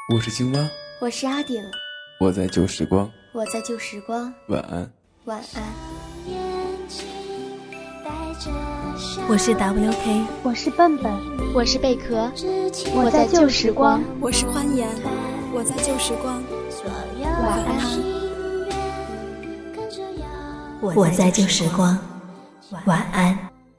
我是青蛙， 我是阿顶， 我在旧时光， 我在旧时光， 晚安， 晚安。 我是 WK， 我是笨笨， 我是贝壳， 我在旧时光， 我是欢颜，我在旧时光， 晚安。 我在旧时光，晚安。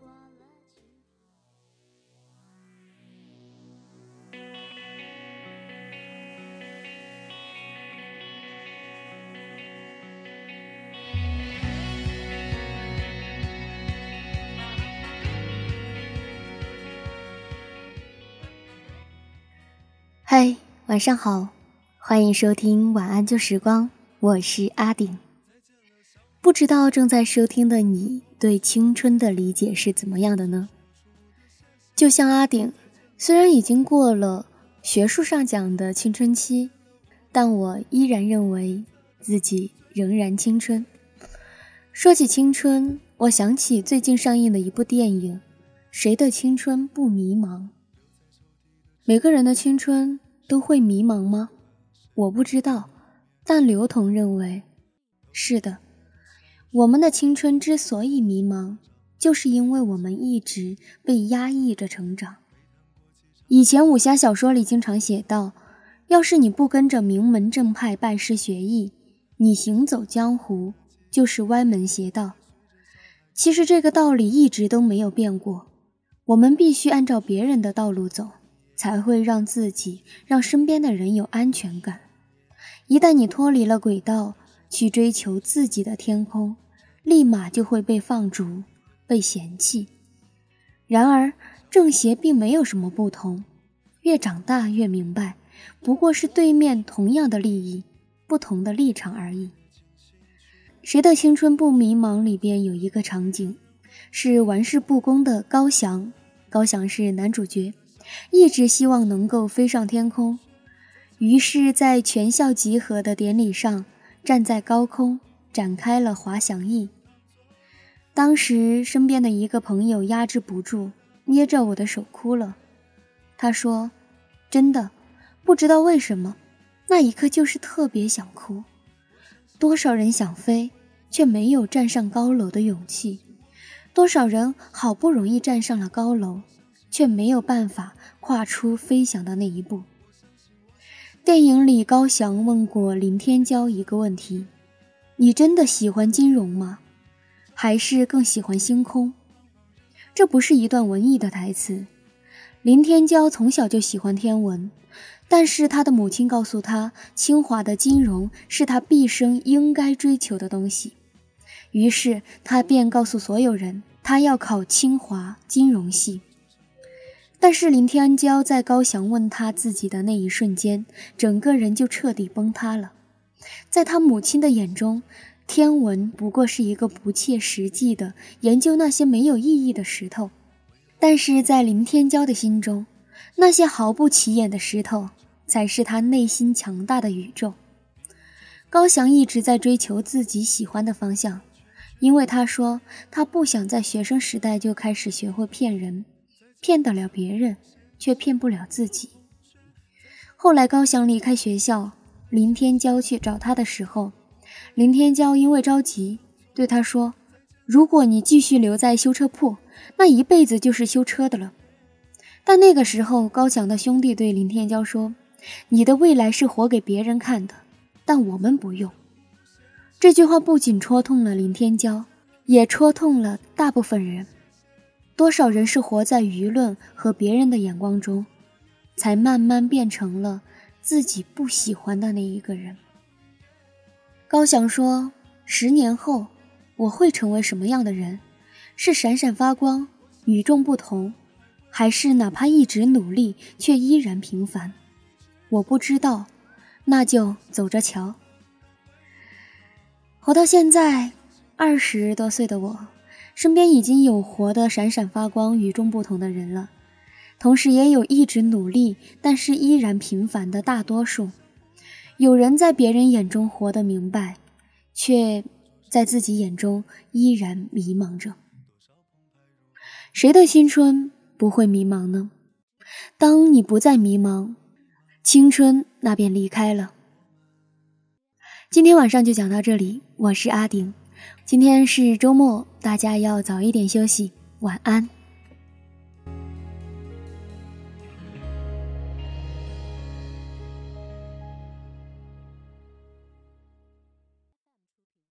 嗨，晚上好，欢迎收听晚安旧时光，我是阿顶。不知道正在收听的你对青春的理解是怎么样的呢？就像阿顶，虽然已经过了学术上讲的青春期，但我依然认为自己仍然青春。说起青春，我想起最近上映的一部电影《谁的青春不迷茫》。每个人的青春都会迷茫吗？我不知道，但刘同认为是的。我们的青春之所以迷茫，就是因为我们一直被压抑着成长。以前武侠小说里经常写道，要是你不跟着名门正派拜师学艺，你行走江湖就是歪门邪道。其实这个道理一直都没有变过，我们必须按照别人的道路走，才会让自己、让身边的人有安全感。一旦你脱离了轨道，去追求自己的天空，立马就会被放逐、被嫌弃。然而，正邪并没有什么不同，越长大越明白，不过是对面同样的利益，不同的立场而已。谁的青春不迷茫里边有一个场景，是玩世不恭的高翔，高翔是男主角，一直希望能够飞上天空，于是在全校集合的典礼上，站在高空展开了滑翔翼。当时身边的一个朋友压制不住，捏着我的手哭了。他说，真的不知道为什么，那一刻就是特别想哭。多少人想飞，却没有站上高楼的勇气，多少人好不容易站上了高楼，却没有办法跨出飞翔的那一步。电影里高翔问过林天骄一个问题，你真的喜欢金融吗？还是更喜欢星空？这不是一段文艺的台词。林天骄从小就喜欢天文，但是他的母亲告诉他，清华的金融是他毕生应该追求的东西。于是他便告诉所有人，他要考清华金融系。但是林天骄在高翔问他自己的那一瞬间，整个人就彻底崩塌了。在他母亲的眼中，天文不过是一个不切实际的研究那些没有意义的石头，但是在林天骄的心中，那些毫不起眼的石头才是他内心强大的宇宙。高翔一直在追求自己喜欢的方向，因为他说他不想在学生时代就开始学会骗人，骗得了别人，却骗不了自己。后来高翔离开学校，林天骄去找他的时候，林天骄因为着急，对他说，如果你继续留在修车铺，那一辈子就是修车的了。但那个时候高翔的兄弟对林天骄说，你的未来是活给别人看的，但我们不用。这句话不仅戳痛了林天骄，也戳痛了大部分人。多少人是活在舆论和别人的眼光中，才慢慢变成了自己不喜欢的那一个人。高翔说，10年后我会成为什么样的人？是闪闪发光，与众不同，还是哪怕一直努力却依然平凡？我不知道，那就走着瞧。活到现在20多岁的我，身边已经有活得闪闪发光、与众不同的人了，同时也有一直努力但是依然平凡的大多数。有人在别人眼中活得明白，却在自己眼中依然迷茫着。谁的青春不会迷茫呢？当你不再迷茫， 青春那便离开了。今天晚上就讲到这里，我是阿顶。今天是周末，大家要早一点休息，晚安。